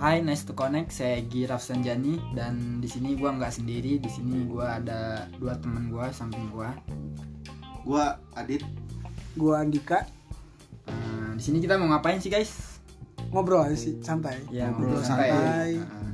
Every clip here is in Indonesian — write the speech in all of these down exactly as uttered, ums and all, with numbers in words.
Hai, nice to connect. Saya Egi Rafsanjani dan di sini gua nggak sendiri. Di sini gua ada dua teman gua samping gua. Gua Adit. Gua Andika. Uh, di sini kita mau ngapain sih, guys? Ngobrol aja sih, santai. Ya, ngobrol, ngobrol santai. santai.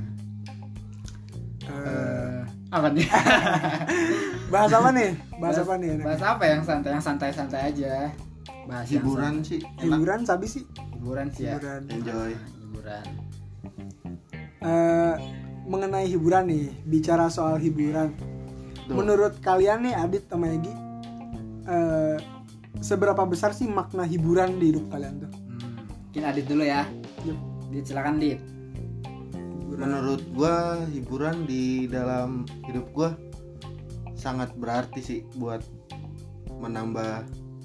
Uh, uh, apa nih? Bahas apa nih? Bahas apa nih? Bahas apa yang santai? Yang santai-santai aja. Bahas hiburan sih. Hiburan sabi sih. Hiburan sih ya. Hiburan. Enjoy. Uh, hiburan. Uh, mengenai hiburan nih, bicara soal hiburan. Duh. Menurut kalian nih, Adit sama Egi, uh, seberapa besar sih makna hiburan di hidup kalian tuh? Hmm, mungkin Adit dulu ya. Yep. Dit, silakan Dit. Menurut gua hiburan di dalam hidup gua sangat berarti sih buat menambah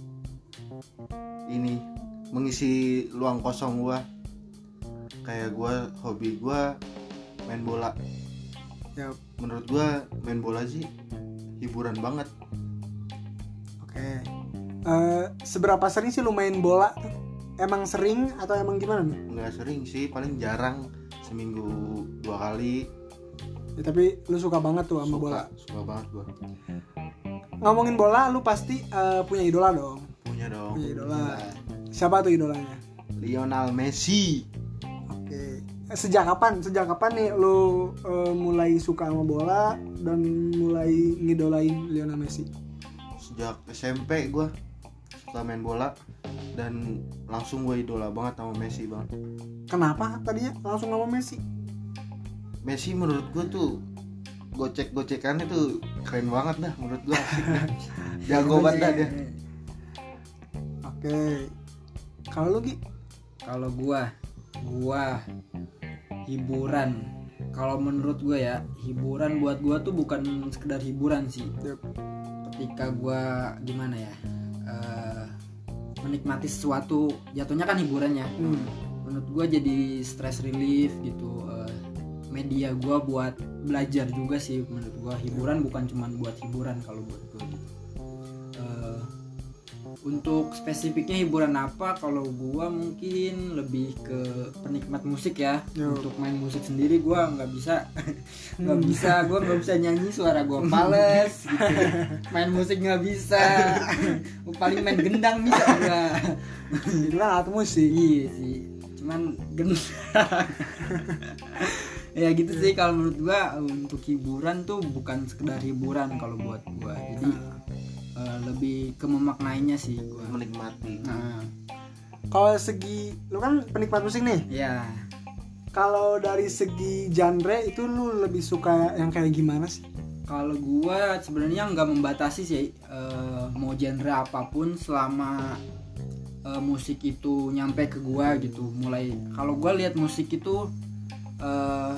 ini, mengisi luang kosong gua. Kayak gua, hobi gua main bola. Yep. Menurut gua main bola sih hiburan banget. Oke. Okay. Uh, seberapa sering sih lu main bola? Emang sering atau emang gimana nih? Nggak sering sih, paling jarang, seminggu dua kali. Ya, tapi lu suka banget tuh sama suka, bola. Suka banget gua. Ngomongin bola, lu pasti uh, punya idola dong. Punya dong. Punya idola. Siapa tuh idolanya? Lionel Messi. Oke. Sejak kapan? Sejak kapan nih lu uh, mulai suka sama bola dan mulai ngidolain Lionel Messi? Sejak S M P gue suka main bola dan langsung gue idola banget sama Messi banget. Kenapa tadinya langsung sama Messi? Messi menurut gue tuh gocek-gocekannya tuh keren banget dah menurut gue, asik dah. Jago banget dah dia. Oke. Kalau lu Gi? Kalau gua gua hiburan. Kalau menurut gua ya, hiburan buat gua tuh bukan sekedar hiburan sih. Yep. Ketika gua gimana ya? Uh, menikmati sesuatu, jatuhnya kan hiburannya. Hmm. Menurut gua jadi stress relief gitu. Uh, media gua buat belajar juga sih menurut gua. Hiburan bukan cuma buat hiburan kalau buat gua gitu. Uh, Untuk spesifiknya hiburan apa, kalau gua mungkin lebih ke penikmat musik ya. Yo. Untuk main musik sendiri gua nggak bisa nggak hmm. bisa gua nggak bisa nyanyi, suara gua pales gitu. Main musik nggak bisa. Paling main gendang bisa enggak. Itu kan alat musik. Iya sih, cuman gendang. Ya gitu sih kalau menurut gua. Untuk hiburan tuh bukan sekedar hiburan kalau buat gua. Jadi Uh, lebih ke memaknainya sih gua. Menikmati. Nah. Kalau segi lu kan penikmat musik nih. Iya. Kalau dari segi genre itu lu lebih suka yang kayak gimana sih? Kalau gua sebenarnya nggak membatasi sih, uh, mau genre apapun selama uh, musik itu nyampe ke gua gitu. Mulai kalau gua lihat musik itu uh,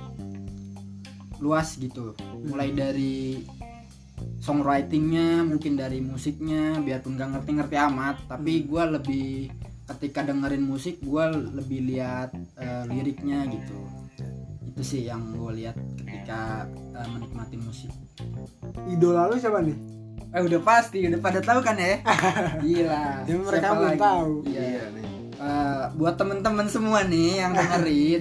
luas gitu. Mulai dari songwritingnya, mungkin dari musiknya, biarpun gak ngerti-ngerti amat, tapi gue lebih ketika dengerin musik gue lebih lihat uh, liriknya gitu. Itu sih yang gue lihat ketika uh, menikmati musik. Idola lu siapa nih? Eh udah pasti, udah pada tahu kan ya? Gila. Ya, mereka belum tahu. Iya. Iya nih. Uh, buat temen-temen semua nih yang dengerin.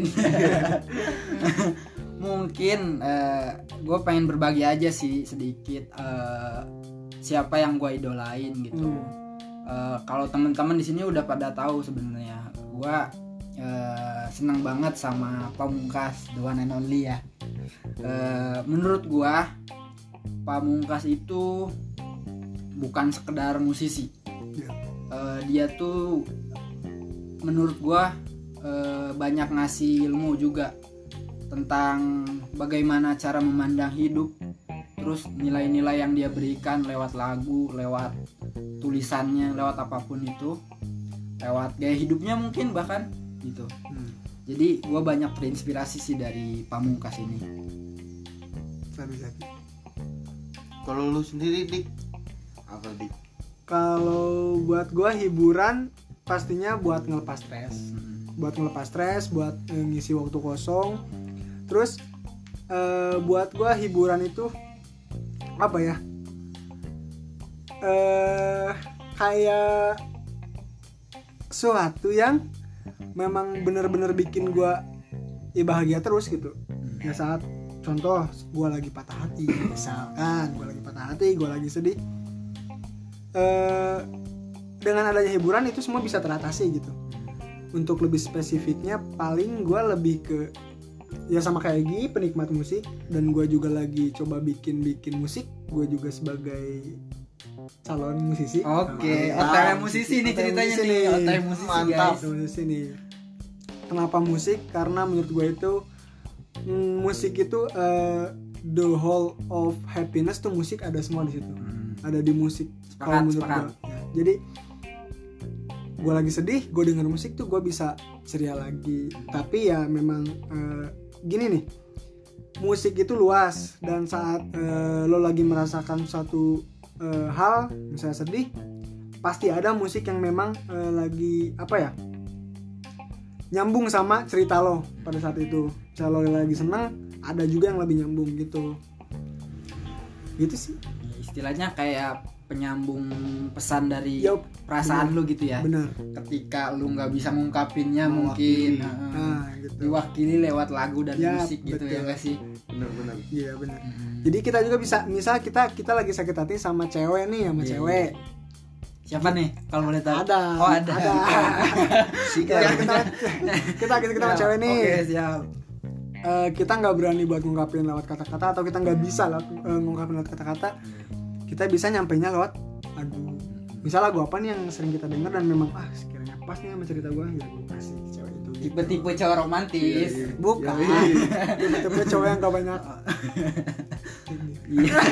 Mungkin uh, gue pengen berbagi aja sih sedikit uh, siapa yang gue idolain gitu. Hmm. Uh, kalau teman-teman di sini udah pada tahu sebenarnya gue uh, senang banget sama Pamungkas, the one and only ya. Uh, menurut gue Pamungkas itu bukan sekedar musisi. Uh, dia tuh menurut gue uh, banyak ngasih ilmu juga tentang bagaimana cara memandang hidup, terus nilai-nilai yang dia berikan lewat lagu, lewat tulisannya, lewat apapun itu, lewat gaya hidupnya mungkin bahkan gitu. Hmm. Jadi gue banyak terinspirasi sih dari Pamungkas ini. Kalau lu sendiri Dik, apa Dik? Kalau buat gue hiburan pastinya buat ngelepas stres, hmm. buat ngelepas stres, buat ngisi waktu kosong. Terus uh, buat gue hiburan itu apa ya? Uh, kayak sesuatu yang memang benar-benar bikin gue ya bahagia terus gitu. Ya saat contoh gue lagi patah hati misalkan, gue lagi patah hati, gue lagi sedih, eh, dengan adanya hiburan itu semua bisa teratasi gitu. Untuk lebih spesifiknya paling gue lebih ke ya sama kayak Gi, penikmat musik, dan gue juga lagi coba bikin-bikin musik. Gue juga sebagai calon musisi. Oke, O T W musisi nih ceritanya nih. O T W musisi Mantap. guys. Musisi nih. Kenapa musik? Karena menurut gue itu mm, musik itu uh, the whole of happiness tuh musik ada semua di situ. Hmm. Ada di musik. Sepakat, Kalau menurut sepakat. gue. Ya, jadi gue lagi sedih, gue denger musik tuh gue bisa ceria lagi. Tapi ya memang uh, gini nih, musik itu luas, dan saat uh, lo lagi merasakan suatu uh, hal, misalnya sedih, pasti ada musik yang memang uh, lagi apa ya, nyambung sama cerita lo pada saat itu. Misalnya lo lagi senang, ada juga yang lebih nyambung gitu. Gitu sih. Istilahnya kayak penyambung pesan dari Yup, perasaan bener. lu gitu ya. Benar. Ketika lu nggak bisa ngungkapinnya Mewakili. mungkin uh, Nah, gitu. diwakili lewat lagu dan Ya, musik gitu betul. ya nggak sih? Bener-bener. Iya benar. Hmm. Jadi kita juga bisa, misal kita kita lagi sakit hati sama cewek nih, sama Iya. cewek. Siapa nih kalau boleh tahu? Ada. Oh ada. Ada. Sikat. Ya, kita kita kita, kita sama Ya, cewek nih. Oke siap. Eh, kita nggak berani buat ngungkapin lewat kata-kata, atau kita nggak bisa lewat, eh, ngungkapin lewat kata-kata. Kita bisa nyampainya lewat lagu. Misal lagu apa nih yang sering kita dengar dan memang ah sekiranya pas nih sama cerita gue, ya gue kasih ke cewek itu. Gitu. Tipe-tipe cowok romantis. Bukan. Yoi. Tipe-tipe cowok yang gak banyak. Iya.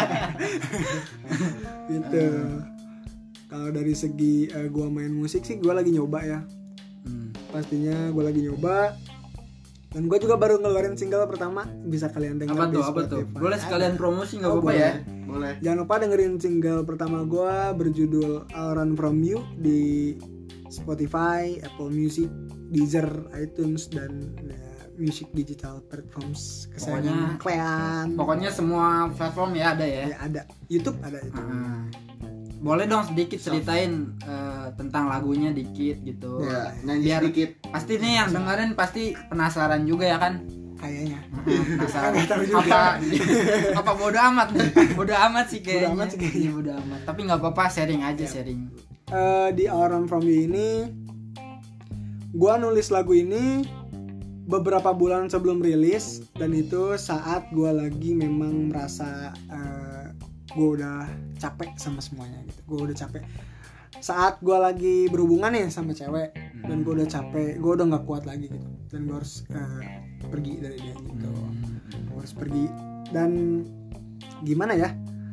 Gitu. Kalau dari segi uh, gue main musik sih, gue lagi nyoba ya. Hmm. Pastinya gue lagi nyoba. Dan gue juga baru ngeluarin single pertama, bisa kalian dengar Apa di tuh? Apa tuh? Spotify. Boleh sekalian promosi nggak Oh, apa-apa boleh. ya? Boleh. Jangan lupa dengerin single pertama gue berjudul I'll Run From You di Spotify, Apple Music, Deezer, iTunes, dan ya, music digital platforms kesayangan kalian. Pokoknya semua platform ya ada ya. Ya ada, YouTube ada itu. Ah. Boleh dong sedikit ceritain eh, tentang lagunya dikit gitu. Ya, nyanyi Biar sedikit. pasti nih yang dengerin pasti penasaran juga ya kan? Kayaknya. Ah, penasaran. Nggak tahu juga. apa apa bodo amat nih? Bodo amat sih kayaknya. Bodo amat sih kayaknya. Iya, bodo amat. Tapi nggak apa-apa, sharing aja sharing. Eh, di I'll Run From You ini, gue nulis lagu ini beberapa bulan sebelum rilis, dan itu saat gue lagi memang merasa uh, gue udah capek sama semuanya gitu. Gue udah capek saat gue lagi berhubungan nih sama cewek, dan gue udah capek, gue udah nggak kuat lagi gitu, dan gue harus uh, pergi dari dia gitu. Gue harus pergi, dan gimana ya?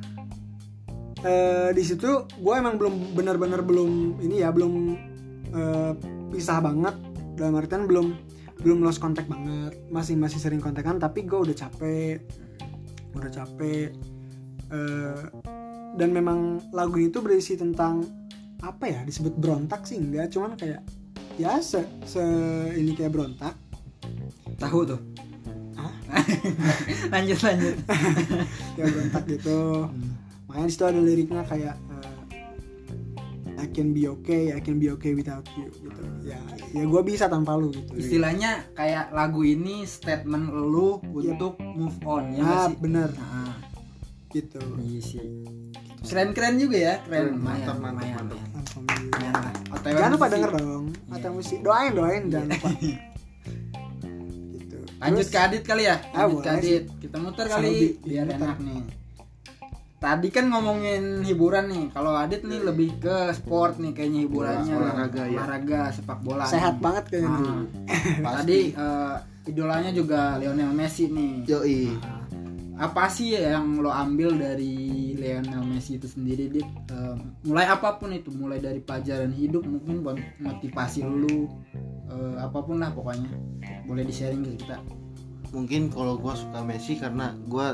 Uh, di situ gue emang belum benar-benar belum ini ya belum uh, pisah banget, dalam artian belum belum lost contact banget, masih masih sering kontekan, tapi gue udah capek udah capek uh, dan memang lagu itu berisi tentang apa ya, disebut berontak sih enggak, cuman kayak ya se, se ini kayak berontak. Tahu tuh. Hah? lanjut lanjut. Kayak berontak gitu. Makanya disitu ada liriknya kayak uh, I can be okay, I can be okay without you gitu. Ya, ya gue bisa tanpa lu gitu. Istilahnya kayak lagu ini statement lu untuk move on ya nggak Ah, sih? bener Nah, gitu. iya sih. Keren-keren juga ya, keren. Keren, mantap, Lumayan, mantap, lumayan, mantap. lumayan. Lumayan lah. O T W Jangan lupa musisi. denger dong, Iya. atau musik. Doain, doain, jangan lupa. Gitu. Lanjut Terus, ke Adit kali ya. Ah, Lanjut ke boleh Adit. Kita muter Sama kali Bi- biar muter. enak nih. Tadi kan ngomongin hiburan nih. Kalau Adit nih lebih ke sport nih kayaknya hiburannya. Bola, olahraga, ya. Olahraga, sepak bola. sehat nih. banget kayaknya. Ah. Pasti. Tadi eh, idolanya juga Lionel Messi nih. Yoi. Apa sih yang lo ambil dari Lionel Messi itu sendiri, Dit? Eh, mulai apapun itu, mulai dari pelajaran hidup mungkin buat motivasi lu, eh, apapun lah pokoknya. Boleh di-sharing ke kita. Mungkin kalau gue suka Messi karena gue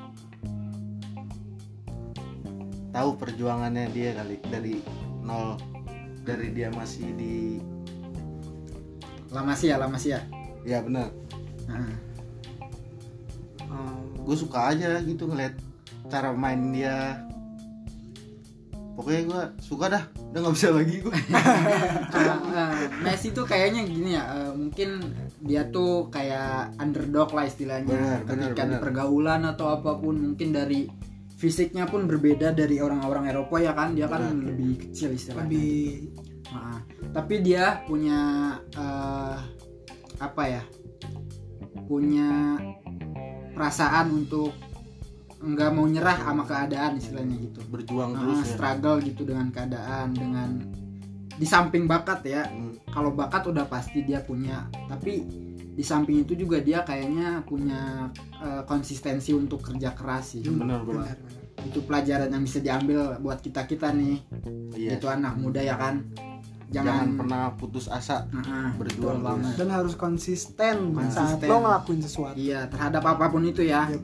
tahu perjuangannya dia kali dari nol, dari dia masih di Lama sih ya, lama sih ya. ya benar. Nah, gue suka aja gitu ngeliat cara main dia, pokoknya gue suka dah, udah nggak bisa lagi gue. Nah, uh, Messi tuh kayaknya gini ya, uh, mungkin dia tuh kayak underdog lah istilahnya. Benar, ketika benar, di benar. pergaulan atau apapun, mungkin dari fisiknya pun berbeda dari orang-orang Eropa ya kan, dia kan Benar. lebih kecil istilahnya. Lebih Nah, tapi dia punya uh, apa ya, punya perasaan untuk nggak mau nyerah sama keadaan istilahnya gitu. Berjuang Nah, terus ya. struggle gitu dengan keadaan, dengan di samping bakat ya. Hmm. Kalau bakat udah pasti dia punya, tapi di samping itu juga dia kayaknya punya uh, konsistensi untuk kerja keras sih. Benar benar. benar, benar. Itu pelajaran yang bisa diambil buat kita kita nih. Iya. Itu anak muda ya kan. Jangan, pernah putus asa. Nah, berjuang betul banget. Dan harus konsisten, saat Konsisten. lo ngelakuin sesuatu. Iya, terhadap apapun itu ya. Yep.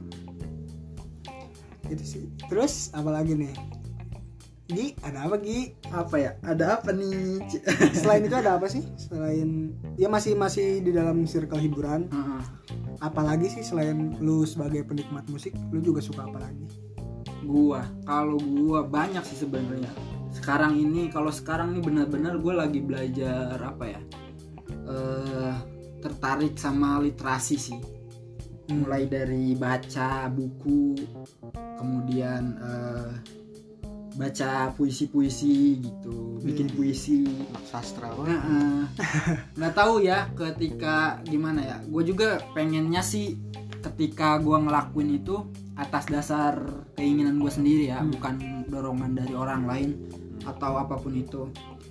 Gitu sih. Terus apa lagi nih? Gi, ada apa Gi? Apa ya? Ada apa nih? Selain itu ada apa sih? Selain ya masih masih di dalam circle hiburan. Heeh. Apalagi sih selain lu sebagai penikmat musik, lu juga suka apa lagi? Gua, kalau gua banyak sih sebenarnya. Sekarang ini, kalau sekarang nih benar-benar gua lagi belajar apa ya? Eh, tertarik sama literasi sih. Mulai dari baca buku, kemudian eh, baca puisi-puisi gitu, bikin Hmm. puisi. Anak sastra banget. Nah, eh, nggak tahu ya ketika gimana ya. Gue juga pengennya sih ketika gue ngelakuin itu atas dasar keinginan gue sendiri ya, Hmm. bukan dorongan dari orang lain atau apapun itu.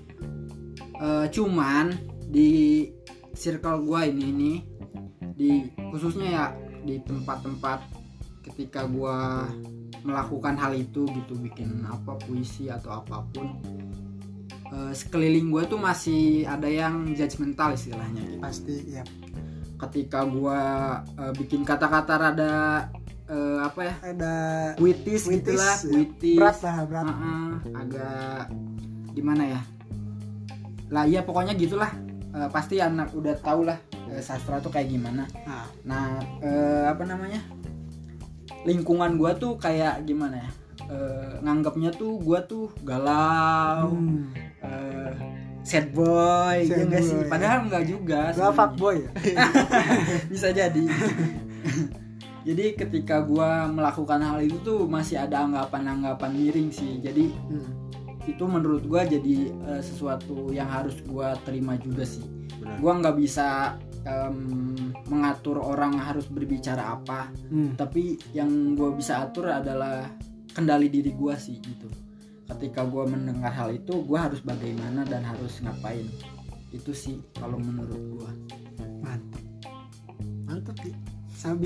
Eh, cuman di circle gue ini nih, di khususnya ya di tempat-tempat ketika gue melakukan hal itu gitu, bikin apa puisi atau apapun, uh, sekeliling gue tuh masih ada yang judgmental istilahnya gitu. Pasti ya. Ketika gue uh, bikin kata-kata rada uh, apa ya, Ada puitis puitis, gitulah, ya. puitis, berat lah, berat. Uh-uh, agak gimana ya, lah ya pokoknya gitulah. Uh, pasti anak udah tau lah uh, sastra tuh kayak gimana. Nah, Nah, eh, apa namanya? Lingkungan gua tuh kayak gimana ya? Eh, nganggapnya tuh gua tuh galau, hmm. eh, sad boy, Sad ya enggak sih? boy. Padahal enggak juga. Gak sebenarnya. fuckboy ya? Bisa jadi. Jadi ketika gua melakukan hal itu tuh masih ada anggapan-anggapan miring sih. Jadi Hmm. itu menurut gua jadi eh, sesuatu yang harus gua terima juga sih. Benar. Gua nggak bisa em, mengatur orang harus berbicara apa, Hmm. tapi yang gue bisa atur adalah kendali diri gue sih gitu. Ketika gue mendengar hal itu, gue harus bagaimana dan harus ngapain. Itu sih kalau menurut gue. Mantap. Mantap Gi. Sabi.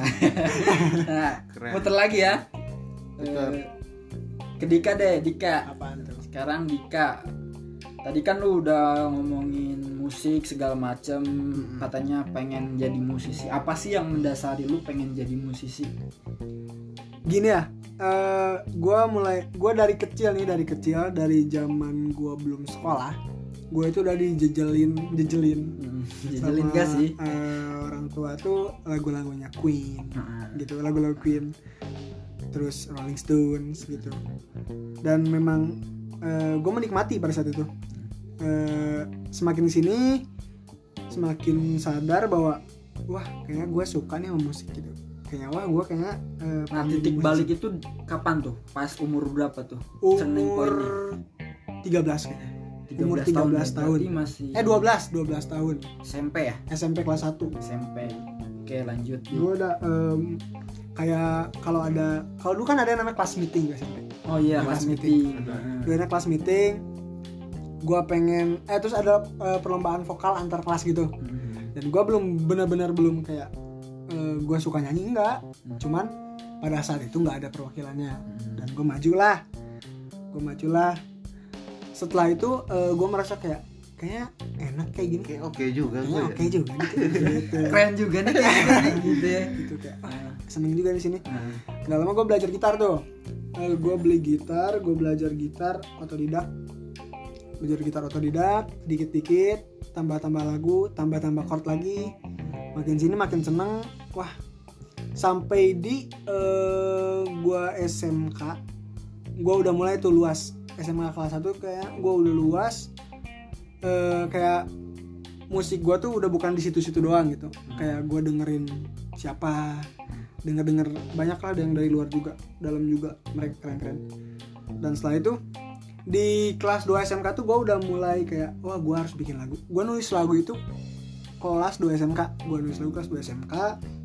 Nah, Keren. muter lagi ya. Puter. Eh, ke Dika deh, Dika. Apaan tuh? Sekarang Dika. Tadi kan lu udah ngomongin musik segala macem, katanya pengen jadi musisi. Apa sih yang mendasari lu pengen jadi musisi? Gini ya, eh gua mulai gua dari kecil nih, dari kecil dari zaman gua belum sekolah, gua itu udah dijejelin jejelin Hmm, Jejelin sama, gak sih? eh, orang tua tuh lagu-lagunya Queen Nah, gitu, lagu-lagu Queen, terus Rolling Stones gitu. Dan memang eh, gue menikmati pada saat itu. Eh, semakin sini semakin sadar bahwa wah kayaknya gue suka nih sama musik gitu. Kayaknya wah gue kayaknya eh, Nah, pengen titik jadi balik musisi. itu kapan tuh? Pas umur berapa tuh? Turning umur point-nya? tiga belas kayaknya. tiga belas umur tiga belas ya? tahun. Berarti masih Eh dua belas dua belas tahun. S M P ya? S M P kelas satu. S M P. Oke, lanjut. Gue udah em, kayak kalau ada kalau dulu kan ada yang namanya kelas meeting gue S M P. Oh iya, Kelas kelas meeting. meeting. Nah, Gue ada kelas meeting. Gue pengen eh terus ada eh, perlombaan vokal antar kelas gitu. hmm. Dan gue belum benar-benar belum kayak eh, gue suka nyanyi enggak. Hmm. Cuman pada saat itu nggak ada perwakilannya. Hmm. Dan gue majulah. Gue majulah. Setelah itu gue merasa kayak kayaknya enak kayak gini. Kayak oke juga gue. Kayaknya ya. oke juga gitu. gitu. Keren juga nih kayak gini, gitu ya. Gitu kayak wah, Nah, seneng juga di sini. nah. Gak lama gue belajar gitar tuh. Eh, gue beli gitar, gue belajar gitar otodidak. Belajar gitar otodidak, dikit-dikit, tambah-tambah lagu, tambah-tambah chord lagi. Makin sini makin seneng. Wah, sampai di eh, gue S M K, gue udah mulai tuh luas S M A kelas satu kayak gue udah luas, uh, kayak musik gue tuh udah bukan di situ-situ doang gitu. Kayak gue dengerin siapa, denger-denger banyak lah, ada yang dari luar juga, dalam juga, mereka keren-keren. Dan setelah itu di kelas dua S M K tuh gue udah mulai kayak wah gue harus bikin lagu. Gue nulis lagu itu kelas dua S M K, gue nulis lagu kelas dua S M K.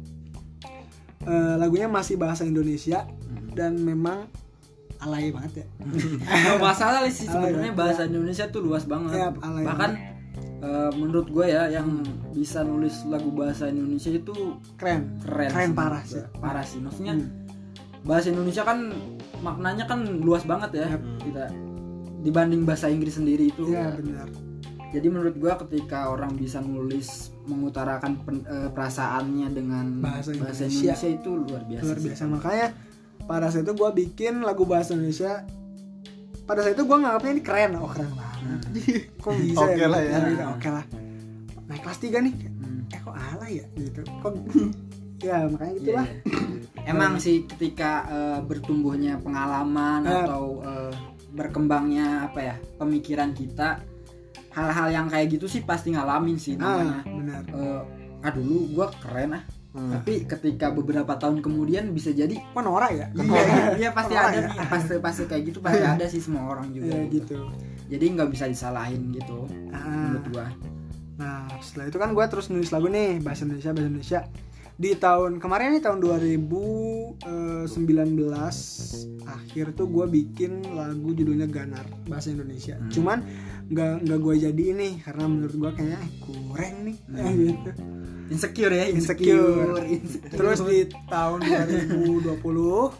Uh, lagunya masih bahasa Indonesia dan memang alay banget ya. Gak masalah sih sebenarnya, bahasa Indonesia tuh luas banget. Ya, bahkan uh, menurut gue ya yang bisa nulis lagu bahasa Indonesia itu keren, keren, keren sih, parah sih, parah sih. Maksudnya hmm. bahasa Indonesia kan maknanya kan luas banget ya, yep. kita dibanding bahasa Inggris sendiri itu. Iya benar. Jadi menurut gue ketika orang bisa nulis mengutarakan pen, uh, perasaannya dengan bahasa Indonesia, bahasa Indonesia itu luar biasa. Luar biasa. Sih. Makanya pada saat itu gue bikin lagu bahasa Indonesia. Pada saat itu gue nganggapnya ini keren, oh keren banget. Kok bisa okay ya? Lah ya. Oke okay lah. Naik kelas tiga nih, hmm. eh kok alay ya gitu. Kok ya makanya gitulah. Yeah. Emang sih ketika uh, bertumbuhnya pengalaman uh, atau uh, berkembangnya apa ya pemikiran kita, hal-hal yang kayak gitu sih pasti ngalamin sih namanya. Ah, benar. Uh, ah dulu gue keren ah. Hmm. Tapi ketika beberapa tahun kemudian bisa jadi kok norak ya? Iya, iya pasti ada ya? nih, pasti pasti kayak gitu pasti ada sih semua orang juga. Iya gitu. Jadi nggak bisa disalahin gitu ah. menurut gua. Nah setelah itu kan gua terus nulis lagu nih bahasa Indonesia bahasa Indonesia. Di tahun kemarin nih tahun dua ribu sembilan belas akhir tuh gua bikin lagu judulnya Ganar bahasa Indonesia. Hmm. Cuman nggak nggak gua jadi ini karena menurut gua kayaknya eh, kurang nih hmm. gitu. Insecure ya, insecure. insecure. Terus di tahun dua ribu dua puluh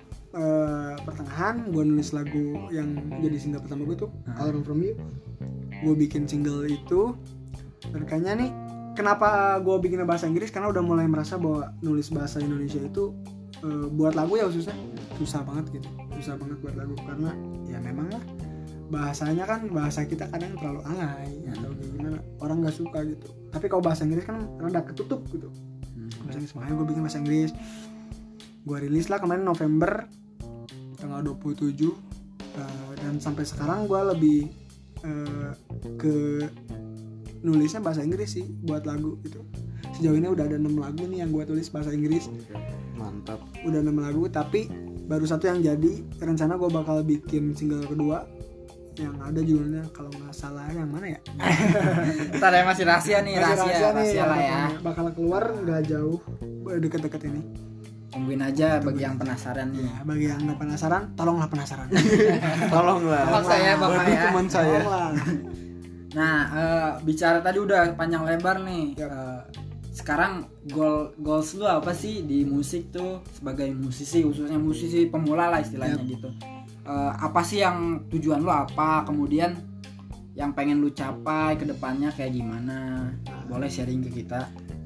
uh, pertengahan gue nulis lagu yang jadi single pertama gue tuh All Around From You. Gue bikin single itu dan kayaknya nih kenapa gue bikin bahasa Inggris karena udah mulai merasa bahwa nulis bahasa Indonesia itu uh, buat lagu ya khususnya susah banget gitu, susah banget buat lagu karena ya memang lah bahasanya kan bahasa kita kadang terlalu alay atau gimana orang nggak suka gitu. Tapi kalau bahasa Inggris kan rada ketutup gitu. Hmm. Bahasa Inggris makanya gue bikin bahasa Inggris. Gue rilis lah kemarin November tanggal dua puluh tujuh uh, dan sampai sekarang gue lebih uh, ke nulisnya bahasa Inggris sih buat lagu gitu. Sejauh ini udah ada enam lagu nih yang gue tulis bahasa Inggris. Mantap. Udah enam lagu tapi baru satu yang jadi. Rencana gue bakal bikin single kedua yang ada judulnya kalau nggak salah yang mana ya? Ntar ya masih rahasia nih, masih rahasia, rahasia, rahasia nih, lah ya. Bakal keluar nggak jauh, deket-deket ini. Tungguin aja bagi yang penasaran nih. Ya, bagi yang nggak penasaran, tolonglah penasaran. Tolonglah. Tolong saya bapak ya. Teman saya. Nah, uh, bicara tadi udah panjang lebar nih. Yep. Uh, sekarang goal goals lu apa sih di musik tuh sebagai musisi, khususnya musisi pemula lah istilahnya yep. gitu. Uh, apa sih yang tujuan lu apa, kemudian yang pengen lu capai ke depannya kayak gimana? Boleh sharing ke kita.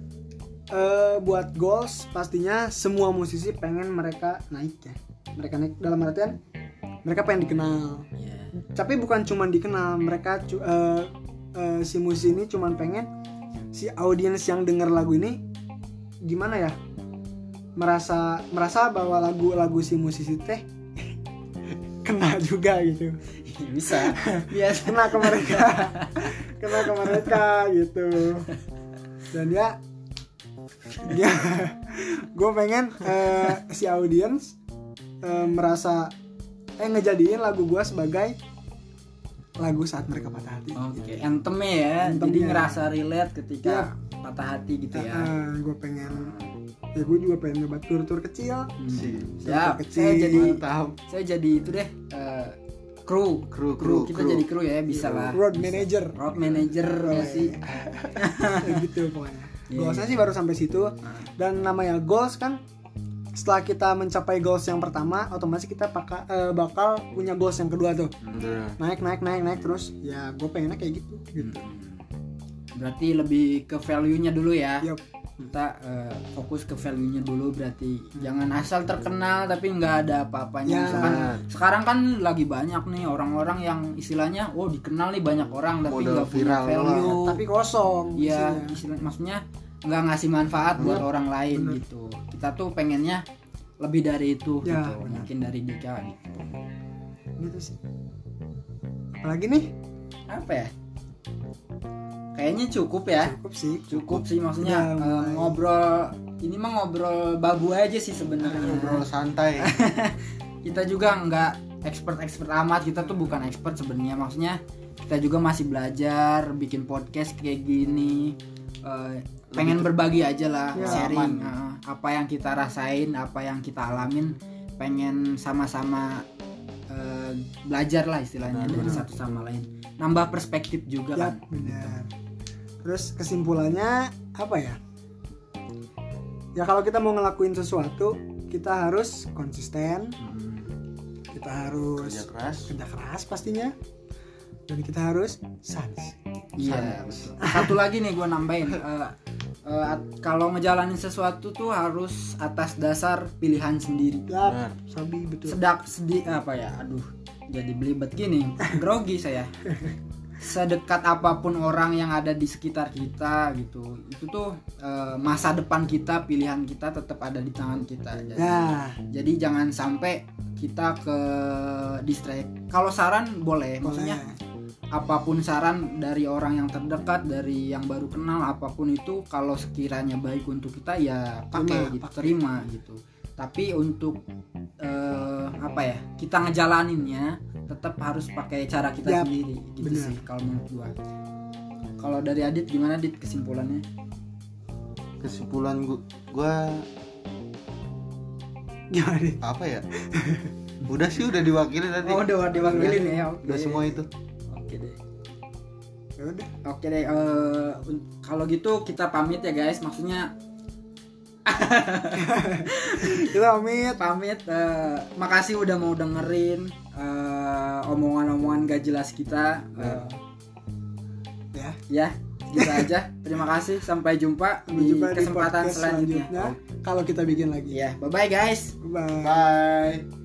Uh, buat goals pastinya semua musisi pengen mereka naik ya. Mereka naik dalam artian mereka pengen dikenal. Yeah. Tapi bukan cuma dikenal, mereka uh, uh, si musisi ini cuma pengen si audiens yang denger lagu ini gimana ya? Merasa merasa bahwa lagu-lagu si musisi teh kena juga gitu. Bisa. Biasa kena ke mereka. Kena ke mereka gitu. Dan ya ya gue pengen uh, si audiens uh, merasa eh ngejadiin lagu gue sebagai lagu saat mereka patah hati. Oke, okay. gitu. Anthem ya. Anthem jadi ya. Ngerasa relate ketika ya. Patah hati gitu ya. Uh, gue pengen ya gue juga pengen nyoba tur-tur kecil. Hmm. Ya, kecil. Saya jadi tahap. Saya jadi itu deh uh, kru. Kru, kru, kru kita kru. Jadi kru ya, bisa lah. Road manager. Road manager ya sih. Gitu pokoknya. Yeah. Goalsnya sih baru sampai situ. Dan namanya goals kan setelah kita mencapai goals yang pertama, otomatis kita paka, uh, bakal punya goals yang kedua tuh. Hmm. Naik, naik, naik, naik terus. Ya gue pengennya kayak gitu. Gitu. Berarti lebih ke value-nya dulu ya. Yep. Kita uh, fokus ke value-nya dulu berarti hmm. jangan asal terkenal tapi nggak ada apa-apanya. Ya. Sekarang kan lagi banyak nih orang-orang yang istilahnya oh dikenal nih banyak orang tapi nggak punya value, tapi kosong. Iya, istilah maksudnya nggak ngasih manfaat buat Bener. orang lain Bener. Gitu. Kita tuh pengennya lebih dari itu ya, gitu, mungkin dari Dika gitu. Gitu sih. Apalagi nih? Apa ya? Kayaknya cukup ya. Cukup sih. Cukup sih maksudnya Udah, eh, mulai. ngobrol ini mah ngobrol babu aja sih sebenarnya. Ngobrol santai. Kita juga nggak expert-expert amat, kita tuh bukan expert sebenarnya. Maksudnya kita juga masih belajar bikin podcast kayak gini. Eh, pengen berbagi aja lah, Ya, sharing aman. eh, apa yang kita rasain, apa yang kita alamin, pengen sama-sama eh, belajar lah istilahnya dari Benar. satu sama lain. Nambah perspektif juga Ya, kan. benar. Terus kesimpulannya apa ya? Ya kalau kita mau ngelakuin sesuatu, kita harus konsisten, kita harus Kerja keras. kerja keras pastinya, dan kita harus sans. Iya, betul. Satu lagi nih gue nambahin, eh, eh, at- kalau ngejalanin sesuatu tuh harus atas dasar pilihan sendiri. Ya, Benar. sabi betul. Sedap sedih apa ya? Aduh, jadi belibet gini, grogi saya. Sedekat apapun orang yang ada di sekitar kita gitu, itu tuh eh, masa depan kita, pilihan kita tetap ada di tangan kita. Jadi, Nah, jadi jangan sampai kita ke distract. Kalau saran boleh, maksudnya boleh. apapun saran dari orang yang terdekat, dari yang baru kenal, apapun itu kalau sekiranya baik untuk kita ya pakai Terima, gitu, pakai. terima gitu. Tapi untuk eh, apa ya, kita ngejalaninnya tetap harus pakai cara kita Yap, sendiri gitu benar. sih kalau menurut gua. Kalau dari Adit gimana Adit kesimpulannya? Kesimpulan gua, gua Gimana nih? apa ya? Udah sih udah diwakili tadi. Oh, udah diwakilin ya. Oke. Udah semua itu. Oke deh. Ya udah. Oke deh, eh, un- kalau gitu kita pamit ya guys. Maksudnya Kita pamit. pamit. eh, makasih udah mau dengerin eh, omongan-omongan gak jelas kita. Eh, Ya. ya, gitu aja. Terima kasih. Sampai jumpa Sampai di jumpa di kesempatan podcast selanjutnya. selanjutnya. Kalau kita bikin lagi. Ya, bye bye guys. Bye. Bye.